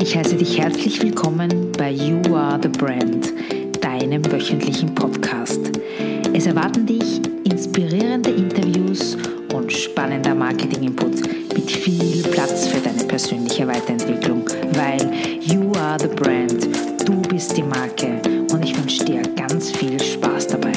Ich heiße dich herzlich willkommen bei You Are the Brand, deinem wöchentlichen Podcast. Es erwarten dich inspirierende Interviews und spannender Marketing-Input mit viel Platz für deine persönliche Weiterentwicklung, weil You Are the Brand, du bist die Marke und ich wünsche dir ganz viel Spaß dabei.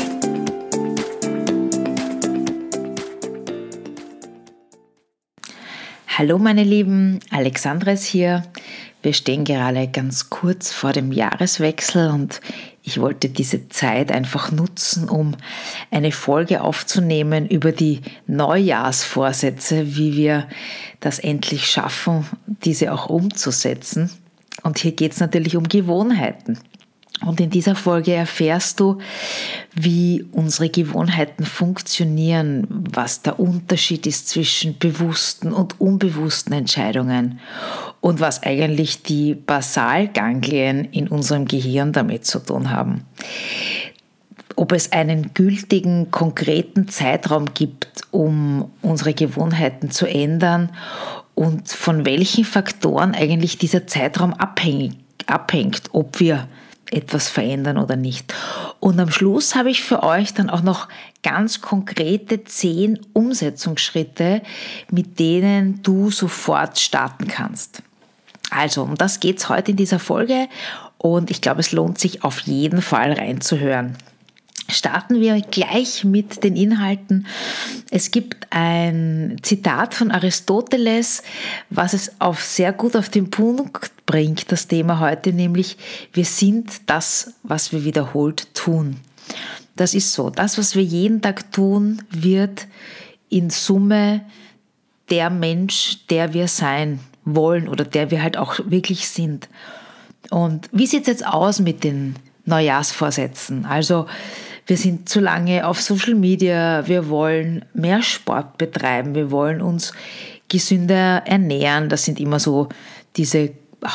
Hallo meine Lieben, Alexandra ist hier. Wir stehen gerade ganz kurz vor dem Jahreswechsel und ich wollte diese Zeit einfach nutzen, um eine Folge aufzunehmen über die Neujahrsvorsätze, wie wir das endlich schaffen, diese auch umzusetzen. Und hier geht es natürlich um Gewohnheiten. Und in dieser Folge erfährst du, wie unsere Gewohnheiten funktionieren, was der Unterschied ist zwischen bewussten und unbewussten Entscheidungen und was eigentlich die Basalganglien in unserem Gehirn damit zu tun haben. Ob es einen gültigen, konkreten Zeitraum gibt, um unsere Gewohnheiten zu ändern und von welchen Faktoren eigentlich dieser Zeitraum abhängt, ob wir etwas verändern oder nicht. Und am Schluss habe ich für euch dann auch noch ganz konkrete 10 Umsetzungsschritte, mit denen du sofort starten kannst. Also, um das geht es heute in dieser Folge und ich glaube, es lohnt sich auf jeden Fall reinzuhören. Starten wir gleich mit den Inhalten. Es gibt ein Zitat von Aristoteles, was es sehr gut auf den Punkt bringt, das Thema heute, nämlich wir sind das, was wir wiederholt tun. Das ist so. Das, was wir jeden Tag tun, wird in Summe der Mensch, der wir sein wollen oder der wir halt auch wirklich sind. Und wie sieht es jetzt aus mit den Neujahrsvorsätzen? Also wir sind zu lange auf Social Media, wir wollen mehr Sport betreiben, wir wollen uns gesünder ernähren. Das sind immer so diese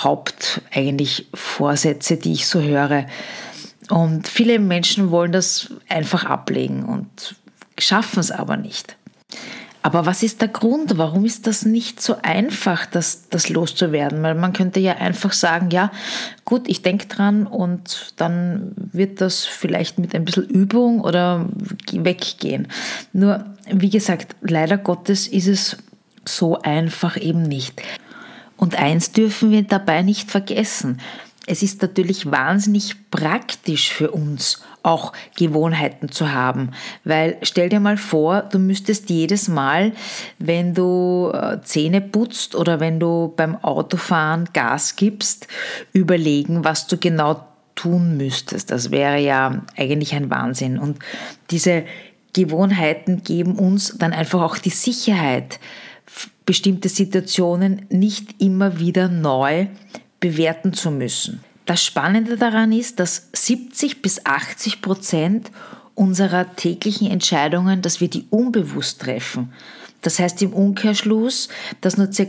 Vorsätze, die ich so höre. Und viele Menschen wollen das einfach ablegen und schaffen es aber nicht. Aber was ist der Grund? Warum ist das nicht so einfach, das loszuwerden? Weil man könnte ja einfach sagen, ja, gut, ich denke dran und dann wird das vielleicht mit ein bisschen Übung oder weggehen. Nur, wie gesagt, leider Gottes ist es so einfach eben nicht. Und eins dürfen wir dabei nicht vergessen. Es ist natürlich wahnsinnig praktisch für uns, auch Gewohnheiten zu haben. Weil stell dir mal vor, du müsstest jedes Mal, wenn du Zähne putzt oder wenn du beim Autofahren Gas gibst, überlegen, was du genau tun müsstest. Das wäre ja eigentlich ein Wahnsinn. Und diese Gewohnheiten geben uns dann einfach auch die Sicherheit, bestimmte Situationen nicht immer wieder neu bewerten zu müssen. Das Spannende daran ist, dass 70-80% unserer täglichen Entscheidungen, dass wir die unbewusst treffen. Das heißt im Umkehrschluss, dass nur ca.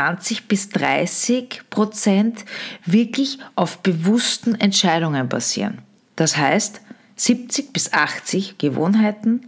20-30% wirklich auf bewussten Entscheidungen basieren. Das heißt 70-80 Gewohnheiten,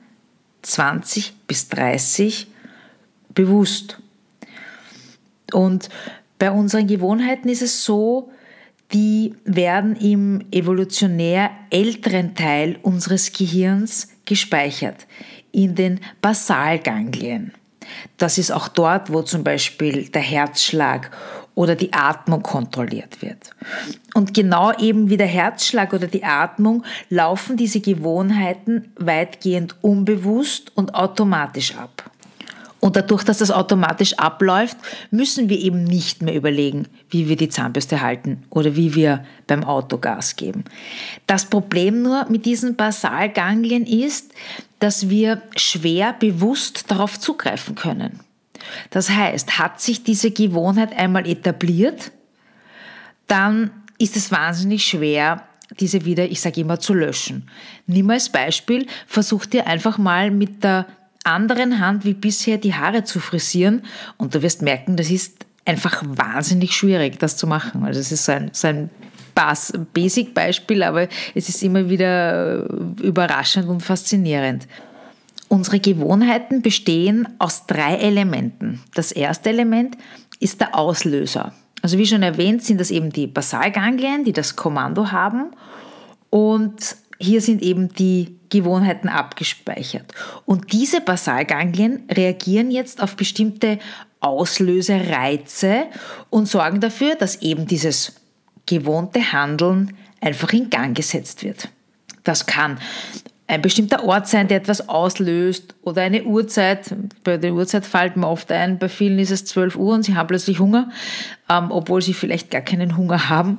20-30 bewusst. Und bei unseren Gewohnheiten ist es so, die werden im evolutionär älteren Teil unseres Gehirns gespeichert, in den Basalganglien. Das ist auch dort, wo zum Beispiel der Herzschlag oder die Atmung kontrolliert wird. Und genau eben wie der Herzschlag oder die Atmung laufen diese Gewohnheiten weitgehend unbewusst und automatisch ab. Und dadurch, dass das automatisch abläuft, müssen wir eben nicht mehr überlegen, wie wir die Zahnbürste halten oder wie wir beim Auto Gas geben. Das Problem nur mit diesen Basalganglien ist, dass wir schwer bewusst darauf zugreifen können. Das heißt, hat sich diese Gewohnheit einmal etabliert, dann ist es wahnsinnig schwer, diese wieder, ich sage immer, zu löschen. Nimm als Beispiel, versuch dir einfach mal mit der anderen Hand wie bisher die Haare zu frisieren und du wirst merken, das ist einfach wahnsinnig schwierig, das zu machen. Also es ist so ein Basic-Beispiel, aber es ist immer wieder überraschend und faszinierend. Unsere Gewohnheiten bestehen aus 3 Elementen. Das erste Element ist der Auslöser. Also wie schon erwähnt, sind das eben die Basalganglien, die das Kommando haben. Und hier sind eben die Gewohnheiten abgespeichert. Und diese Basalganglien reagieren jetzt auf bestimmte Auslösereize und sorgen dafür, dass eben dieses gewohnte Handeln einfach in Gang gesetzt wird. Das kann ein bestimmter Ort sein, der etwas auslöst, oder eine Uhrzeit. Bei der Uhrzeit fällt mir oft ein, bei vielen ist es 12 Uhr und sie haben plötzlich Hunger, obwohl sie vielleicht gar keinen Hunger haben.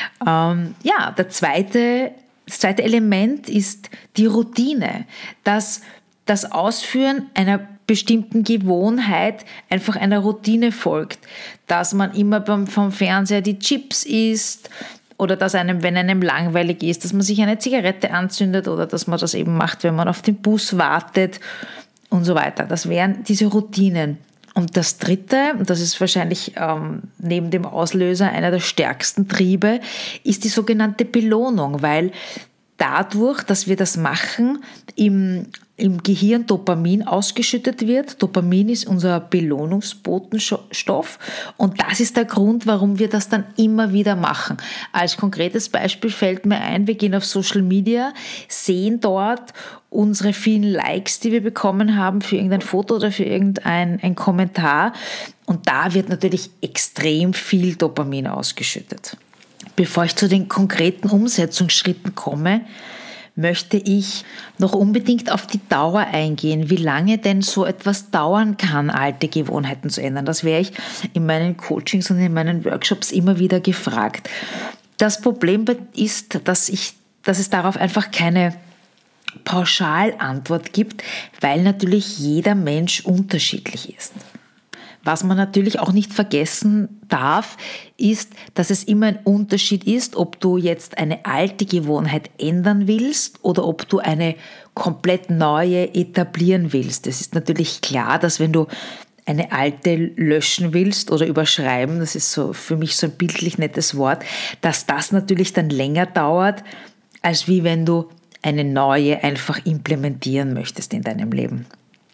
Das zweite Element ist die Routine, dass das Ausführen einer bestimmten Gewohnheit einfach einer Routine folgt, dass man immer vom Fernseher die Chips isst, oder dass wenn einem langweilig ist, dass man sich eine Zigarette anzündet, oder dass man das eben macht, wenn man auf den Bus wartet und so weiter. Das wären diese Routinen. Und das dritte, und das ist wahrscheinlich neben dem Auslöser einer der stärksten Triebe, ist die sogenannte Belohnung, weil dadurch, dass wir das machen, im Gehirn Dopamin ausgeschüttet wird. Dopamin ist unser Belohnungsbotenstoff und das ist der Grund, warum wir das dann immer wieder machen. Als konkretes Beispiel fällt mir ein, wir gehen auf Social Media, sehen dort unsere vielen Likes, die wir bekommen haben für irgendein Foto oder für irgendein Kommentar, und da wird natürlich extrem viel Dopamin ausgeschüttet. Bevor ich zu den konkreten Umsetzungsschritten komme, möchte ich noch unbedingt auf die Dauer eingehen, wie lange denn so etwas dauern kann, alte Gewohnheiten zu ändern. Das wäre ich in meinen Coachings und in meinen Workshops immer wieder gefragt. Das Problem ist, dass es darauf einfach keine Pauschalantwort gibt, weil natürlich jeder Mensch unterschiedlich ist. Was man natürlich auch nicht vergessen darf, ist, dass es immer ein Unterschied ist, ob du jetzt eine alte Gewohnheit ändern willst oder ob du eine komplett neue etablieren willst. Es ist natürlich klar, dass wenn du eine alte löschen willst oder überschreiben, das ist so für mich so ein bildlich nettes Wort, dass das natürlich dann länger dauert, als wie wenn du eine neue einfach implementieren möchtest in deinem Leben.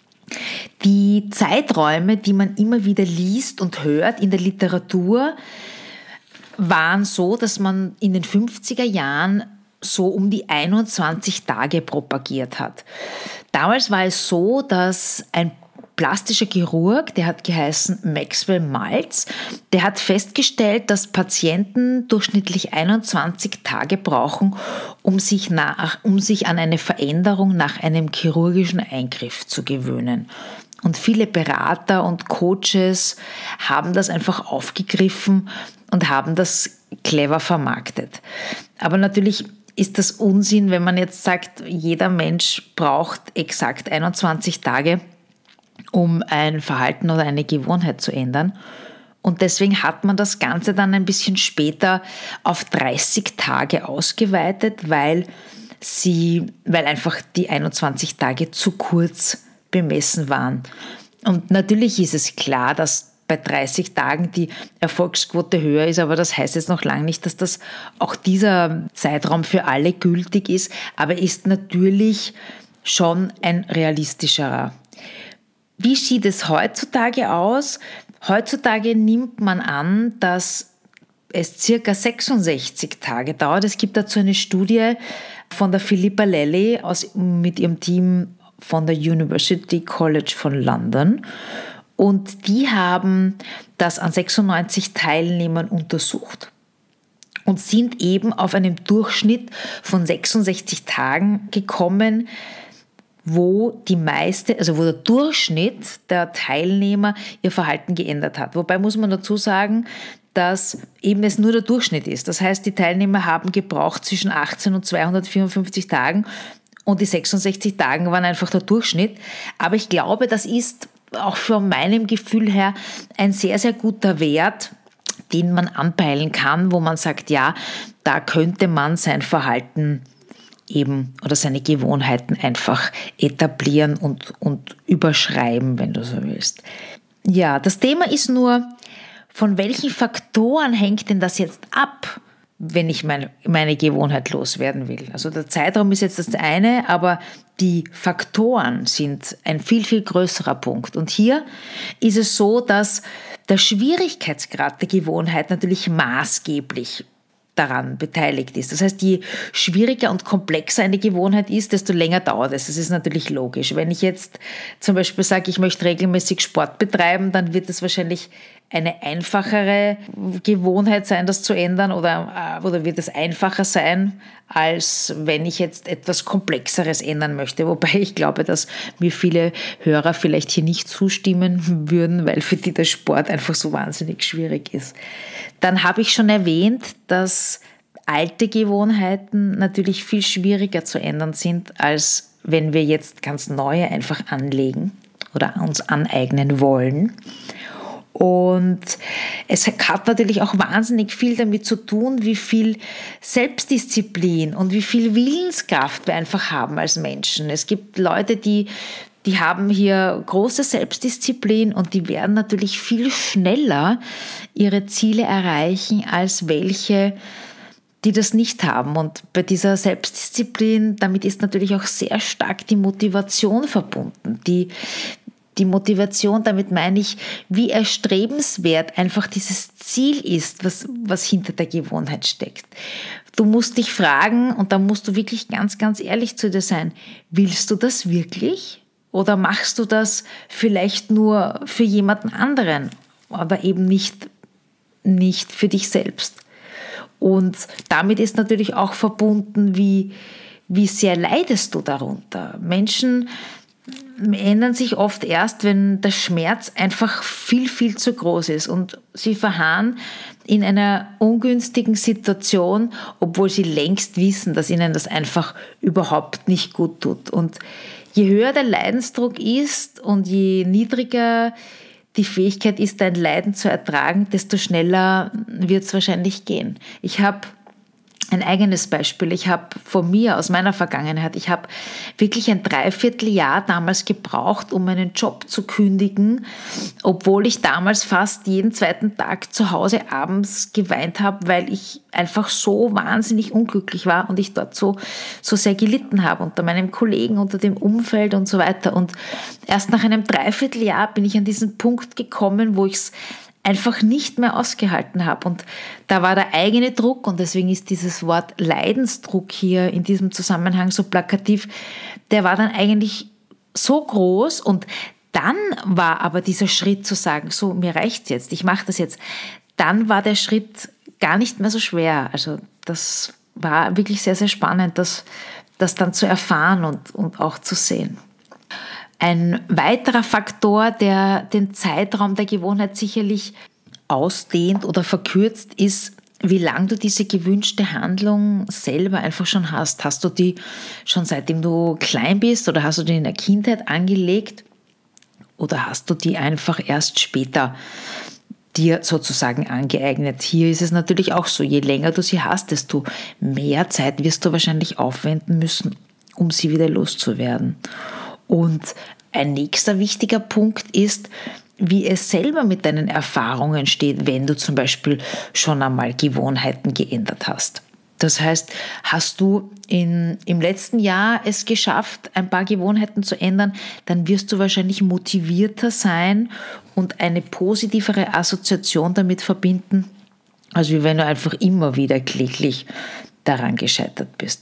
Die Zeiträume, die man immer wieder liest und hört in der Literatur, waren so, dass man in den 50er Jahren so um die 21 Tage propagiert hat. Damals war es so, dass ein plastischer Chirurg, der hat geheißen Maxwell Maltz, der hat festgestellt, dass Patienten durchschnittlich 21 Tage brauchen, um sich an eine Veränderung nach einem chirurgischen Eingriff zu gewöhnen. Und viele Berater und Coaches haben das einfach aufgegriffen und haben das clever vermarktet. Aber natürlich ist das Unsinn, wenn man jetzt sagt, jeder Mensch braucht exakt 21 Tage, um ein Verhalten oder eine Gewohnheit zu ändern. Und deswegen hat man das Ganze dann ein bisschen später auf 30 Tage ausgeweitet, weil einfach die 21 Tage zu kurz bemessen waren. Und natürlich ist es klar, dass bei 30 Tagen die Erfolgsquote höher ist, aber das heißt jetzt noch lange nicht, dass das auch dieser Zeitraum für alle gültig ist, aber ist natürlich schon ein realistischerer. Wie sieht es heutzutage aus? Heutzutage nimmt man an, dass es circa 66 Tage dauert. Es gibt dazu eine Studie von der Philippa Lally mit ihrem Team von der University College von London. Und die haben das an 96 Teilnehmern untersucht und sind eben auf einen Durchschnitt von 66 Tagen gekommen, wo der Durchschnitt der Teilnehmer ihr Verhalten geändert hat. Wobei muss man dazu sagen, dass eben es nur der Durchschnitt ist. Das heißt, die Teilnehmer haben gebraucht zwischen 18 und 254 Tagen und die 66 Tagen waren einfach der Durchschnitt. Aber ich glaube, das ist auch von meinem Gefühl her ein sehr, sehr guter Wert, den man anpeilen kann, wo man sagt, ja, da könnte man sein Verhalten eben oder seine Gewohnheiten einfach etablieren und überschreiben, wenn du so willst. Ja, das Thema ist nur, von welchen Faktoren hängt denn das jetzt ab, wenn ich meine Gewohnheit loswerden will. Also der Zeitraum ist jetzt das eine, aber die Faktoren sind ein viel, viel größerer Punkt. Und hier ist es so, dass der Schwierigkeitsgrad der Gewohnheit natürlich maßgeblich daran beteiligt ist. Das heißt, je schwieriger und komplexer eine Gewohnheit ist, desto länger dauert es. Das ist natürlich logisch. Wenn ich jetzt zum Beispiel sage, ich möchte regelmäßig Sport betreiben, dann wird es wahrscheinlich eine einfachere Gewohnheit sein, das zu ändern, oder wird es einfacher sein, als wenn ich jetzt etwas Komplexeres ändern möchte. Wobei ich glaube, dass mir viele Hörer vielleicht hier nicht zustimmen würden, weil für die der Sport einfach so wahnsinnig schwierig ist. Dann habe ich schon erwähnt, dass alte Gewohnheiten natürlich viel schwieriger zu ändern sind, als wenn wir jetzt ganz neue einfach anlegen oder uns aneignen wollen. Und es hat natürlich auch wahnsinnig viel damit zu tun, wie viel Selbstdisziplin und wie viel Willenskraft wir einfach haben als Menschen. Es gibt Leute, die haben hier große Selbstdisziplin und die werden natürlich viel schneller ihre Ziele erreichen als welche, die das nicht haben. Und bei dieser Selbstdisziplin, damit ist natürlich auch sehr stark die Motivation verbunden. Die Motivation, damit meine ich, wie erstrebenswert einfach dieses Ziel ist, was hinter der Gewohnheit steckt. Du musst dich fragen, und da musst du wirklich ganz, ganz ehrlich zu dir sein, willst du das wirklich? Oder machst du das vielleicht nur für jemanden anderen, aber eben nicht für dich selbst? Und damit ist natürlich auch verbunden, wie sehr leidest du darunter. Menschen ändern sich oft erst, wenn der Schmerz einfach viel, viel zu groß ist und sie verharren in einer ungünstigen Situation, obwohl sie längst wissen, dass ihnen das einfach überhaupt nicht gut tut. Und je höher der Leidensdruck ist und je niedriger die Fähigkeit ist, dein Leiden zu ertragen, desto schneller wird es wahrscheinlich gehen. Ich habe ein eigenes Beispiel. Ich habe von mir, aus meiner Vergangenheit, ich habe wirklich ein Dreivierteljahr damals gebraucht, um meinen Job zu kündigen, obwohl ich damals fast jeden zweiten Tag zu Hause abends geweint habe, weil ich einfach so wahnsinnig unglücklich war und ich dort so sehr gelitten habe unter meinem Kollegen, unter dem Umfeld und so weiter. Und erst nach einem Dreivierteljahr bin ich an diesen Punkt gekommen, wo ich es einfach nicht mehr ausgehalten habe. Und da war der eigene Druck, und deswegen ist dieses Wort Leidensdruck hier in diesem Zusammenhang so plakativ, der war dann eigentlich so groß. Und dann war aber dieser Schritt zu sagen, so, mir reicht's jetzt, ich mache das jetzt, dann war der Schritt gar nicht mehr so schwer. Also das war wirklich sehr, sehr spannend, das dann zu erfahren und auch zu sehen. Ein weiterer Faktor, der den Zeitraum der Gewohnheit sicherlich ausdehnt oder verkürzt, ist, wie lange du diese gewünschte Handlung selber einfach schon hast. Hast du die schon seitdem du klein bist oder hast du die in der Kindheit angelegt oder hast du die einfach erst später dir sozusagen angeeignet? Hier ist es natürlich auch so, je länger du sie hast, desto mehr Zeit wirst du wahrscheinlich aufwenden müssen, um sie wieder loszuwerden. Und ein nächster wichtiger Punkt ist, wie es selber mit deinen Erfahrungen steht, wenn du zum Beispiel schon einmal Gewohnheiten geändert hast. Das heißt, hast du im letzten Jahr es geschafft, ein paar Gewohnheiten zu ändern, dann wirst du wahrscheinlich motivierter sein und eine positivere Assoziation damit verbinden, als wenn du einfach immer wieder kläglich daran gescheitert bist.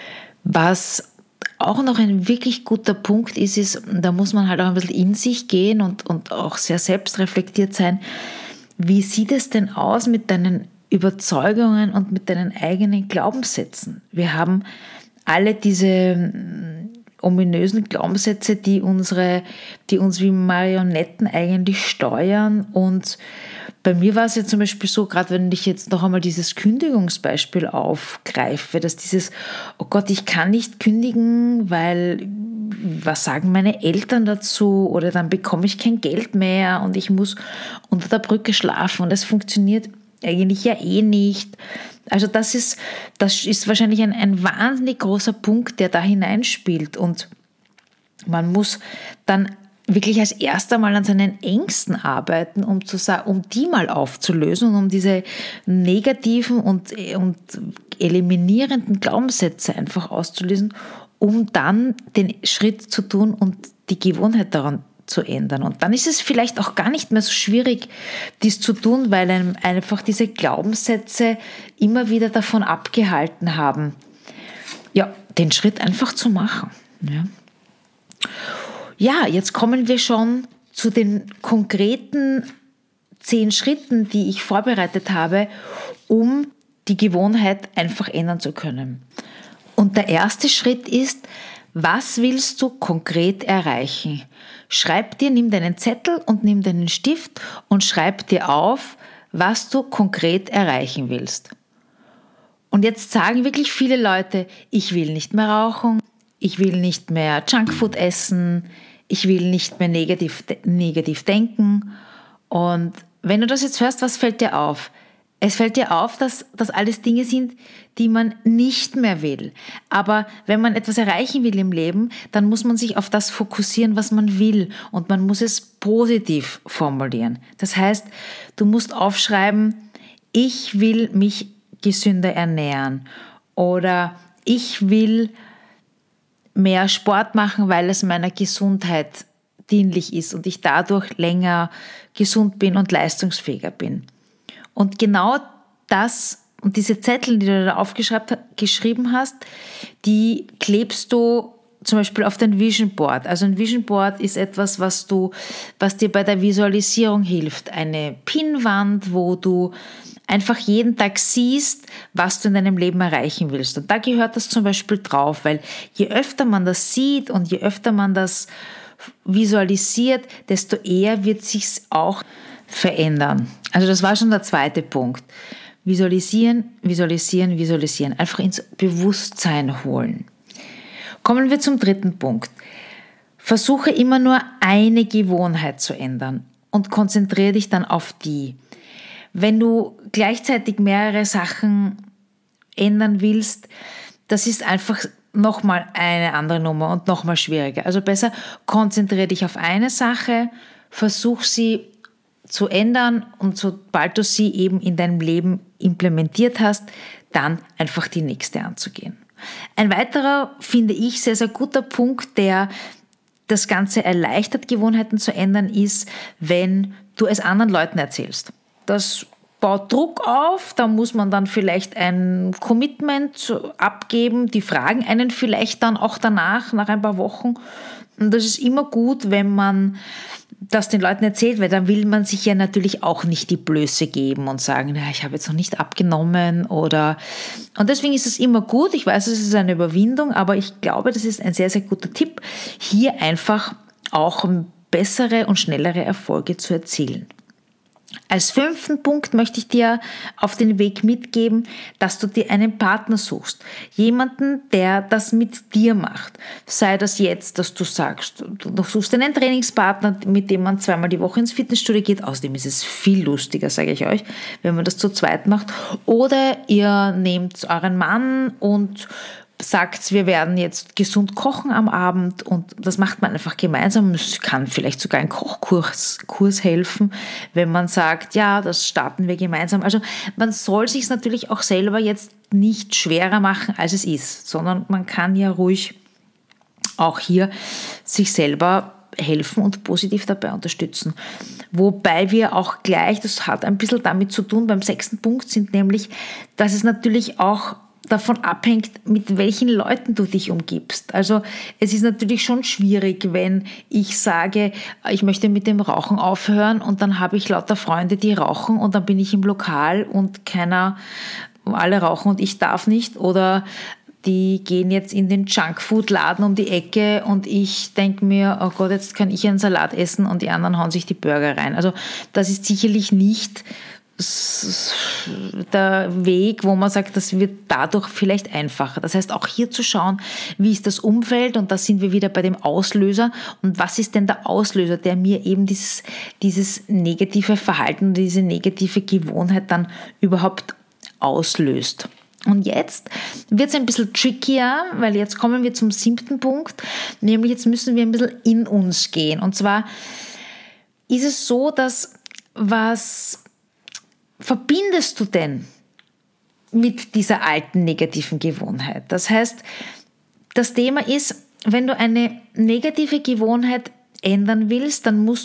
Was auch noch ein wirklich guter Punkt ist, da muss man halt auch ein bisschen in sich gehen und auch sehr selbstreflektiert sein. Wie sieht es denn aus mit deinen Überzeugungen und mit deinen eigenen Glaubenssätzen? Wir haben alle diese ominösen Glaubenssätze, die uns wie Marionetten eigentlich steuern. Und bei mir war es ja zum Beispiel so, gerade wenn ich jetzt noch einmal dieses Kündigungsbeispiel aufgreife, dass oh Gott, ich kann nicht kündigen, weil was sagen meine Eltern dazu? Oder dann bekomme ich kein Geld mehr und ich muss unter der Brücke schlafen und es funktioniert eigentlich ja eh nicht. Also das ist wahrscheinlich ein wahnsinnig großer Punkt, der da hineinspielt. Und man muss dann wirklich als erster mal an seinen Ängsten arbeiten, um die mal aufzulösen und um diese negativen und eliminierenden Glaubenssätze einfach auszulösen, um dann den Schritt zu tun und die Gewohnheit daran zu ändern. Und dann ist es vielleicht auch gar nicht mehr so schwierig, dies zu tun, weil einem einfach diese Glaubenssätze immer wieder davon abgehalten haben, ja, den Schritt einfach zu machen. Ja, jetzt kommen wir schon zu den konkreten 10 Schritten, die ich vorbereitet habe, um die Gewohnheit einfach ändern zu können. Und der erste Schritt ist, was willst du konkret erreichen? Nimm deinen Zettel und nimm deinen Stift und schreib dir auf, was du konkret erreichen willst. Und jetzt sagen wirklich viele Leute, ich will nicht mehr rauchen, ich will nicht mehr Junkfood essen, ich will nicht mehr negativ denken. Und wenn du das jetzt hörst, was fällt dir auf? Es fällt dir auf, dass das alles Dinge sind, die man nicht mehr will. Aber wenn man etwas erreichen will im Leben, dann muss man sich auf das fokussieren, was man will. Und man muss es positiv formulieren. Das heißt, du musst aufschreiben, ich will mich gesünder ernähren. Oder ich will mehr Sport machen, weil es meiner Gesundheit dienlich ist und ich dadurch länger gesund bin und leistungsfähiger bin. Und genau das und diese Zettel, die du da aufgeschrieben hast, die klebst du zum Beispiel auf dein Vision Board. Also ein Vision Board ist etwas, was dir bei der Visualisierung hilft. Eine Pinnwand, wo du einfach jeden Tag siehst, was du in deinem Leben erreichen willst. Und da gehört das zum Beispiel drauf, weil je öfter man das sieht und je öfter man das visualisiert, desto eher wird sich's auch verändern. Also das war schon der zweite Punkt. Visualisieren, visualisieren, visualisieren. Einfach ins Bewusstsein holen. Kommen wir zum dritten Punkt. Versuche immer nur eine Gewohnheit zu ändern und konzentriere dich dann auf die. Wenn du gleichzeitig mehrere Sachen ändern willst, das ist einfach nochmal eine andere Nummer und nochmal schwieriger. Also besser konzentriere dich auf eine Sache, versuch sie zu ändern und sobald du sie eben in deinem Leben implementiert hast, dann einfach die nächste anzugehen. Ein weiterer, finde ich, sehr, sehr guter Punkt, der das Ganze erleichtert, Gewohnheiten zu ändern, ist, wenn du es anderen Leuten erzählst. Das baut Druck auf, da muss man dann vielleicht ein Commitment abgeben, die fragen einen vielleicht dann auch danach, nach ein paar Wochen. Und das ist immer gut, wenn man das den Leuten erzählt, weil dann will man sich ja natürlich auch nicht die Blöße geben und sagen, na, ich habe jetzt noch nicht abgenommen und deswegen ist es immer gut, ich weiß, es ist eine Überwindung, aber ich glaube, das ist ein sehr, sehr guter Tipp, hier einfach auch bessere und schnellere Erfolge zu erzielen. Als 5. Punkt möchte ich dir auf den Weg mitgeben, dass du dir einen Partner suchst. Jemanden, der das mit dir macht. Sei das jetzt, dass du sagst, du suchst einen Trainingspartner, mit dem man 2-mal die Woche ins Fitnessstudio geht. Außerdem ist es viel lustiger, sage ich euch, wenn man das zu zweit macht. Oder ihr nehmt euren Mann und sagt, wir werden jetzt gesund kochen am Abend und das macht man einfach gemeinsam. Es kann vielleicht sogar ein Kochkurs helfen, wenn man sagt, ja, das starten wir gemeinsam. Also man soll sich natürlich auch selber jetzt nicht schwerer machen, als es ist, sondern man kann ja ruhig auch hier sich selber helfen und positiv dabei unterstützen. Wobei wir auch gleich, das hat ein bisschen damit zu tun, beim 6. Punkt sind nämlich, dass es natürlich auch davon abhängt, mit welchen Leuten du dich umgibst. Also es ist natürlich schon schwierig, wenn ich sage, ich möchte mit dem Rauchen aufhören und dann habe ich lauter Freunde, die rauchen und dann bin ich im Lokal und alle rauchen und ich darf nicht, oder die gehen jetzt in den Junkfood-Laden um die Ecke und ich denke mir, oh Gott, jetzt kann ich einen Salat essen und die anderen hauen sich die Burger rein. Also das ist sicherlich nicht der Weg, wo man sagt, das wird dadurch vielleicht einfacher. Das heißt, auch hier zu schauen, wie ist das Umfeld, und da sind wir wieder bei dem Auslöser. Und was ist denn der Auslöser, der mir eben dieses negative Verhalten, diese negative Gewohnheit dann überhaupt auslöst? Und jetzt wird es ein bisschen trickier, weil jetzt kommen wir zum 7. Punkt, nämlich jetzt müssen wir ein bisschen in uns gehen. Und zwar ist es so, dass was verbindest du denn mit dieser alten negativen Gewohnheit? Das heißt, das Thema ist, wenn du eine negative Gewohnheit ändern willst, dann muss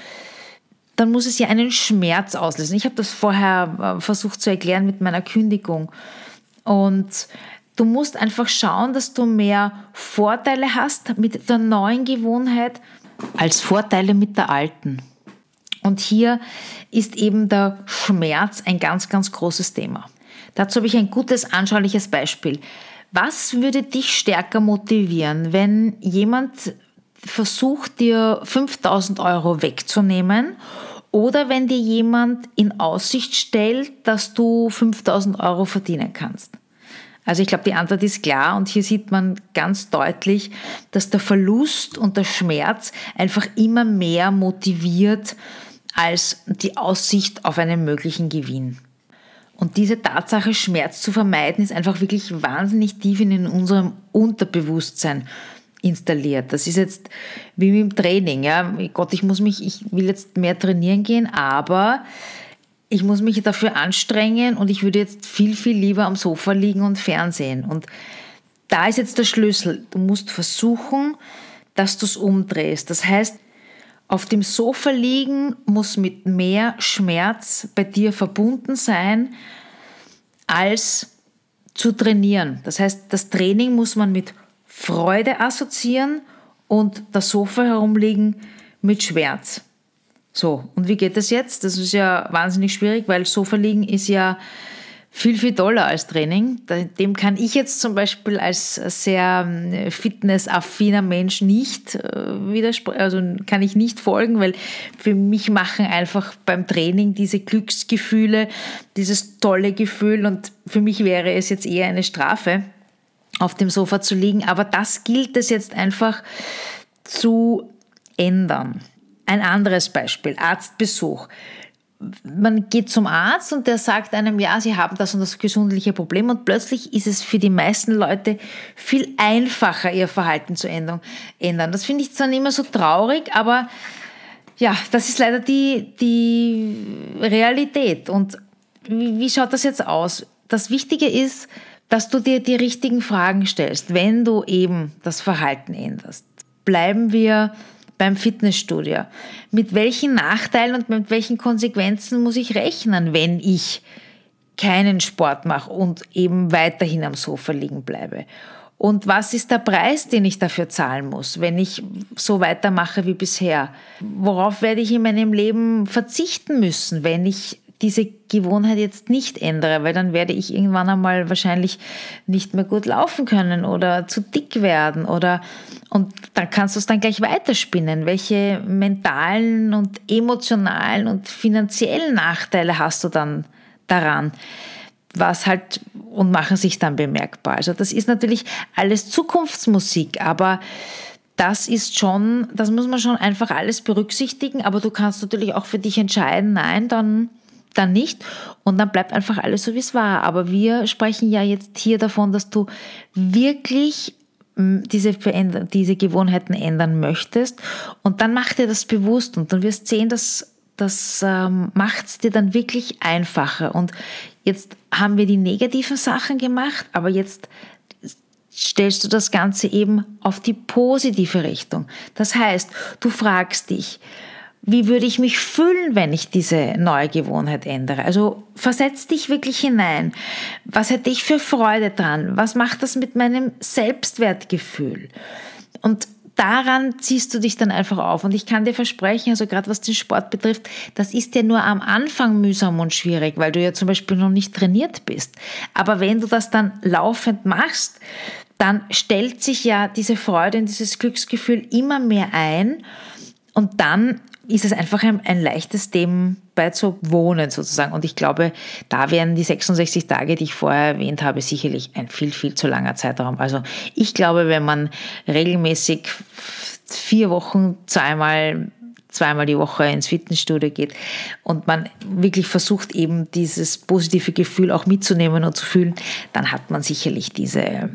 es ja einen Schmerz auslösen. Ich habe das vorher versucht zu erklären mit meiner Kündigung. Und du musst einfach schauen, dass du mehr Vorteile hast mit der neuen Gewohnheit als Vorteile mit der alten. Und hier ist eben der Schmerz ein ganz, ganz großes Thema. Dazu habe ich ein gutes, anschauliches Beispiel. Was würde dich stärker motivieren, wenn jemand versucht, dir 5.000 Euro wegzunehmen oder wenn dir jemand in Aussicht stellt, dass du 5.000 Euro verdienen kannst? Also ich glaube, die Antwort ist klar und hier sieht man ganz deutlich, dass der Verlust und der Schmerz einfach immer mehr motiviert als die Aussicht auf einen möglichen Gewinn. Und diese Tatsache, Schmerz zu vermeiden, ist einfach wirklich wahnsinnig tief in unserem Unterbewusstsein installiert. Das ist jetzt wie mit dem Training. Ja? Gott, ich will jetzt mehr trainieren gehen, aber ich muss mich dafür anstrengen und ich würde jetzt viel, viel lieber am Sofa liegen und Fernsehen. Und da ist jetzt der Schlüssel. Du musst versuchen, dass du es umdrehst. Das heißt, auf dem Sofa liegen muss mit mehr Schmerz bei dir verbunden sein, als zu trainieren. Das heißt, das Training muss man mit Freude assoziieren und das Sofa herumliegen mit Schmerz. So, und wie geht das jetzt? Das ist ja wahnsinnig schwierig, weil Sofa liegen ist ja viel, viel toller als Training. Dem kann ich jetzt zum Beispiel als sehr fitnessaffiner Mensch nicht widersprechen, also kann ich nicht folgen, weil für mich machen einfach beim Training diese Glücksgefühle, dieses tolle Gefühl und für mich wäre es jetzt eher eine Strafe, auf dem Sofa zu liegen. Aber das gilt es jetzt einfach zu ändern. Ein anderes Beispiel, Arztbesuch. Man geht zum Arzt und der sagt einem, ja, Sie haben das und das gesundheitliche Problem und plötzlich ist es für die meisten Leute viel einfacher, ihr Verhalten zu ändern. Das finde ich zwar nicht mehr so traurig, aber ja, das ist leider die Realität. Und wie schaut das jetzt aus? Das Wichtige ist, dass du dir die richtigen Fragen stellst, wenn du eben das Verhalten änderst. Bleiben wir beim Fitnessstudio. Mit welchen Nachteilen und mit welchen Konsequenzen muss ich rechnen, wenn ich keinen Sport mache und eben weiterhin am Sofa liegen bleibe? Und was ist der Preis, den ich dafür zahlen muss, wenn ich so weitermache wie bisher? Worauf werde ich in meinem Leben verzichten müssen, wenn ich diese Gewohnheit jetzt nicht ändere, weil dann werde ich irgendwann einmal wahrscheinlich nicht mehr gut laufen können oder zu dick werden und dann kannst du es dann gleich weiterspinnen. Welche mentalen und emotionalen und finanziellen Nachteile hast du dann daran? Und machen sich dann bemerkbar. Also das ist natürlich alles Zukunftsmusik, aber das muss man schon einfach alles berücksichtigen, aber du kannst natürlich auch für dich entscheiden, nein, dann nicht und dann bleibt einfach alles so, wie es war. Aber wir sprechen ja jetzt hier davon, dass du wirklich diese Gewohnheiten ändern möchtest und dann mach dir das bewusst und dann wirst sehen, das macht es dir dann wirklich einfacher. Und jetzt haben wir die negativen Sachen gemacht, aber jetzt stellst du das Ganze eben auf die positive Richtung. Das heißt, du fragst dich, wie würde ich mich fühlen, wenn ich diese neue Gewohnheit ändere? Also versetz dich wirklich hinein. Was hätte ich für Freude dran? Was macht das mit meinem Selbstwertgefühl? Und daran ziehst du dich dann einfach auf. Und ich kann dir versprechen, also gerade was den Sport betrifft, das ist ja nur am Anfang mühsam und schwierig, weil du ja zum Beispiel noch nicht trainiert bist. Aber wenn du das dann laufend machst, dann stellt sich ja diese Freude und dieses Glücksgefühl immer mehr ein und dann ist es einfach ein leichtes dem beizuwohnen sozusagen. Und ich glaube, da wären die 66 Tage, die ich vorher erwähnt habe, sicherlich ein viel, viel zu langer Zeitraum. Also ich glaube, wenn man regelmäßig 4 Wochen zweimal zweimal die Woche ins Fitnessstudio geht und man wirklich versucht, eben dieses positive Gefühl auch mitzunehmen und zu fühlen, dann hat man sicherlich diese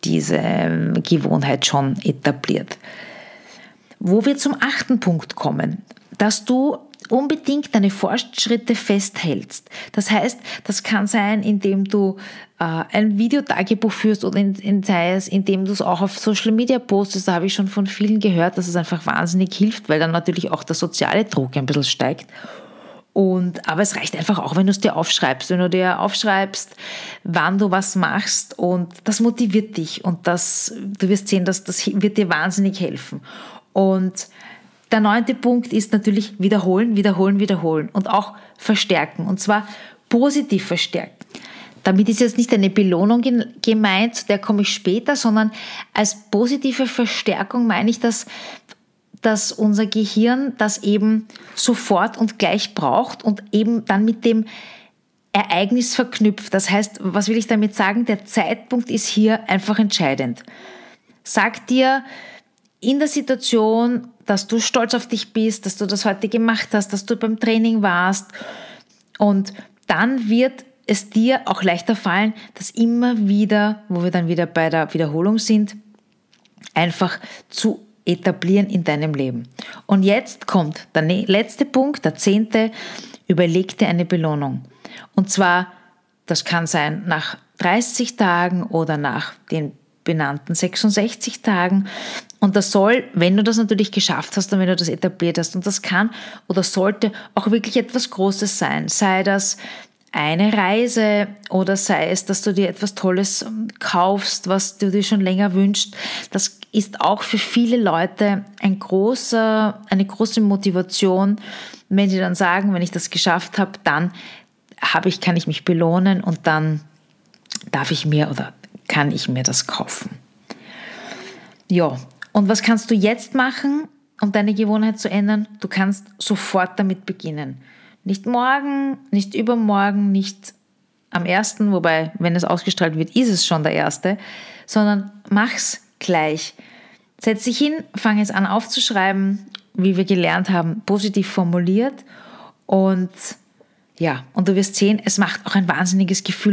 Gewohnheit schon etabliert. Wo wir zum 8. Punkt kommen, dass du unbedingt deine Fortschritte festhältst. Das heißt, das kann sein, indem du ein Videotagebuch führst oder sei es, indem du es auch auf Social Media postest. Da habe ich schon von vielen gehört, dass es einfach wahnsinnig hilft, weil dann natürlich auch der soziale Druck ein bisschen steigt. Aber es reicht einfach auch, wenn du es dir aufschreibst. Wenn du dir aufschreibst, wann du was machst, und das motiviert dich und du wirst sehen, dass das wird dir wahnsinnig helfen. Und der 9. Punkt ist natürlich wiederholen und auch verstärken, und zwar positiv verstärken. Damit ist jetzt nicht eine Belohnung gemeint, zu der komme ich später, sondern als positive Verstärkung meine ich, dass unser Gehirn das eben sofort und gleich braucht und eben dann mit dem Ereignis verknüpft. Das heißt, was will ich damit sagen? Der Zeitpunkt ist hier einfach entscheidend. Sag dir in der Situation, dass du stolz auf dich bist, dass du das heute gemacht hast, dass du beim Training warst, und dann wird es dir auch leichter fallen, das immer wieder, wo wir dann wieder bei der Wiederholung sind, einfach zu etablieren in deinem Leben. Und jetzt kommt der letzte Punkt, der 10. Überleg dir eine Belohnung. Und zwar, das kann sein nach 30 Tagen oder nach den benannten 66 Tagen. Und das soll, wenn du das natürlich geschafft hast und wenn du das etabliert hast, und das kann oder sollte auch wirklich etwas Großes sein, sei das eine Reise oder sei es, dass du dir etwas Tolles kaufst, was du dir schon länger wünschst. Das ist auch für viele Leute eine große Motivation, wenn sie dann sagen, wenn ich das geschafft habe, dann kann ich mich belohnen und dann kann ich mir das kaufen. Ja, und was kannst du jetzt machen, um deine Gewohnheit zu ändern? Du kannst sofort damit beginnen. Nicht morgen, nicht übermorgen, nicht am 1., wobei, wenn es ausgestrahlt wird, ist es schon der 1., sondern mach's gleich. Setz dich hin, fang es an aufzuschreiben, wie wir gelernt haben, positiv formuliert, und du wirst sehen, es macht auch ein wahnsinnig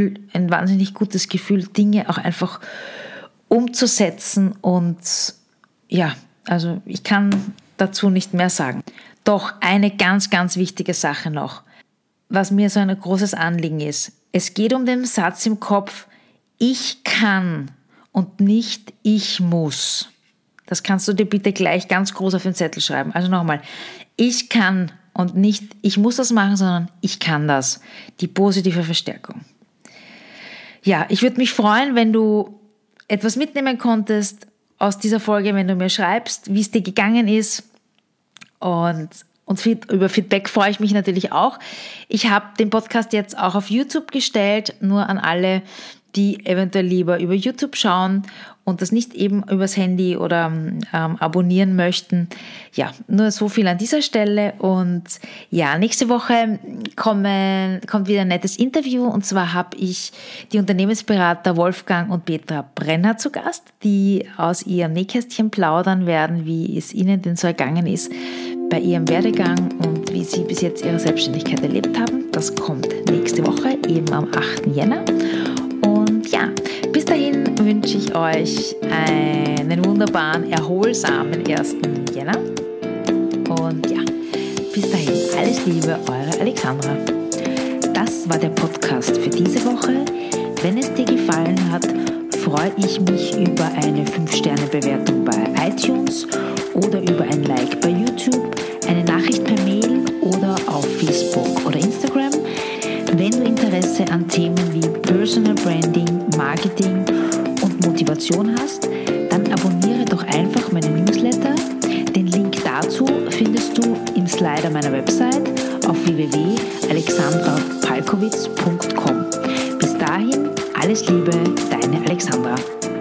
gutes Gefühl, Dinge auch einfach umzusetzen, und also ich kann dazu nicht mehr sagen. Doch eine ganz, ganz wichtige Sache noch, was mir so ein großes Anliegen ist. Es geht um den Satz im Kopf, ich kann und nicht ich muss. Das kannst du dir bitte gleich ganz groß auf den Zettel schreiben. Also nochmal, ich kann und nicht ich muss das machen, sondern ich kann das. Die positive Verstärkung. Ja, ich würde mich freuen, wenn du etwas mitnehmen konntest aus dieser Folge, wenn du mir schreibst, wie es dir gegangen ist. Und über Feedback freue ich mich natürlich auch. Ich habe den Podcast jetzt auch auf YouTube gestellt, nur an alle, die eventuell lieber über YouTube schauen und das nicht eben übers Handy oder abonnieren möchten. Ja, nur so viel an dieser Stelle. Und ja, nächste Woche kommt wieder ein nettes Interview. Und zwar habe ich die Unternehmensberater Wolfgang und Petra Brenner zu Gast, die aus ihrem Nähkästchen plaudern werden, wie es ihnen denn so ergangen ist bei ihrem Werdegang und wie sie bis jetzt ihre Selbstständigkeit erlebt haben. Das kommt nächste Woche, eben am 8. Jänner. Und ja, bis dahin wünsche ich euch einen wunderbaren, erholsamen 1. Jänner. Und ja, bis dahin, alles Liebe, eure Alexandra. Das war der Podcast für diese Woche. Wenn es dir gefallen hat, freue ich mich über eine 5-Sterne-Bewertung bei iTunes oder über ein Like bei YouTube, eine Nachricht per Mail oder auf Facebook oder Instagram. Wenn du Interesse an Themen wie Personal Branding, Marketing und Motivation hast, dann abonniere doch einfach meinen Newsletter. Den Link dazu findest du im Slider meiner Website auf www.alexandrapalkowitz.com. Bis dahin, alles Liebe, deine Alexandra.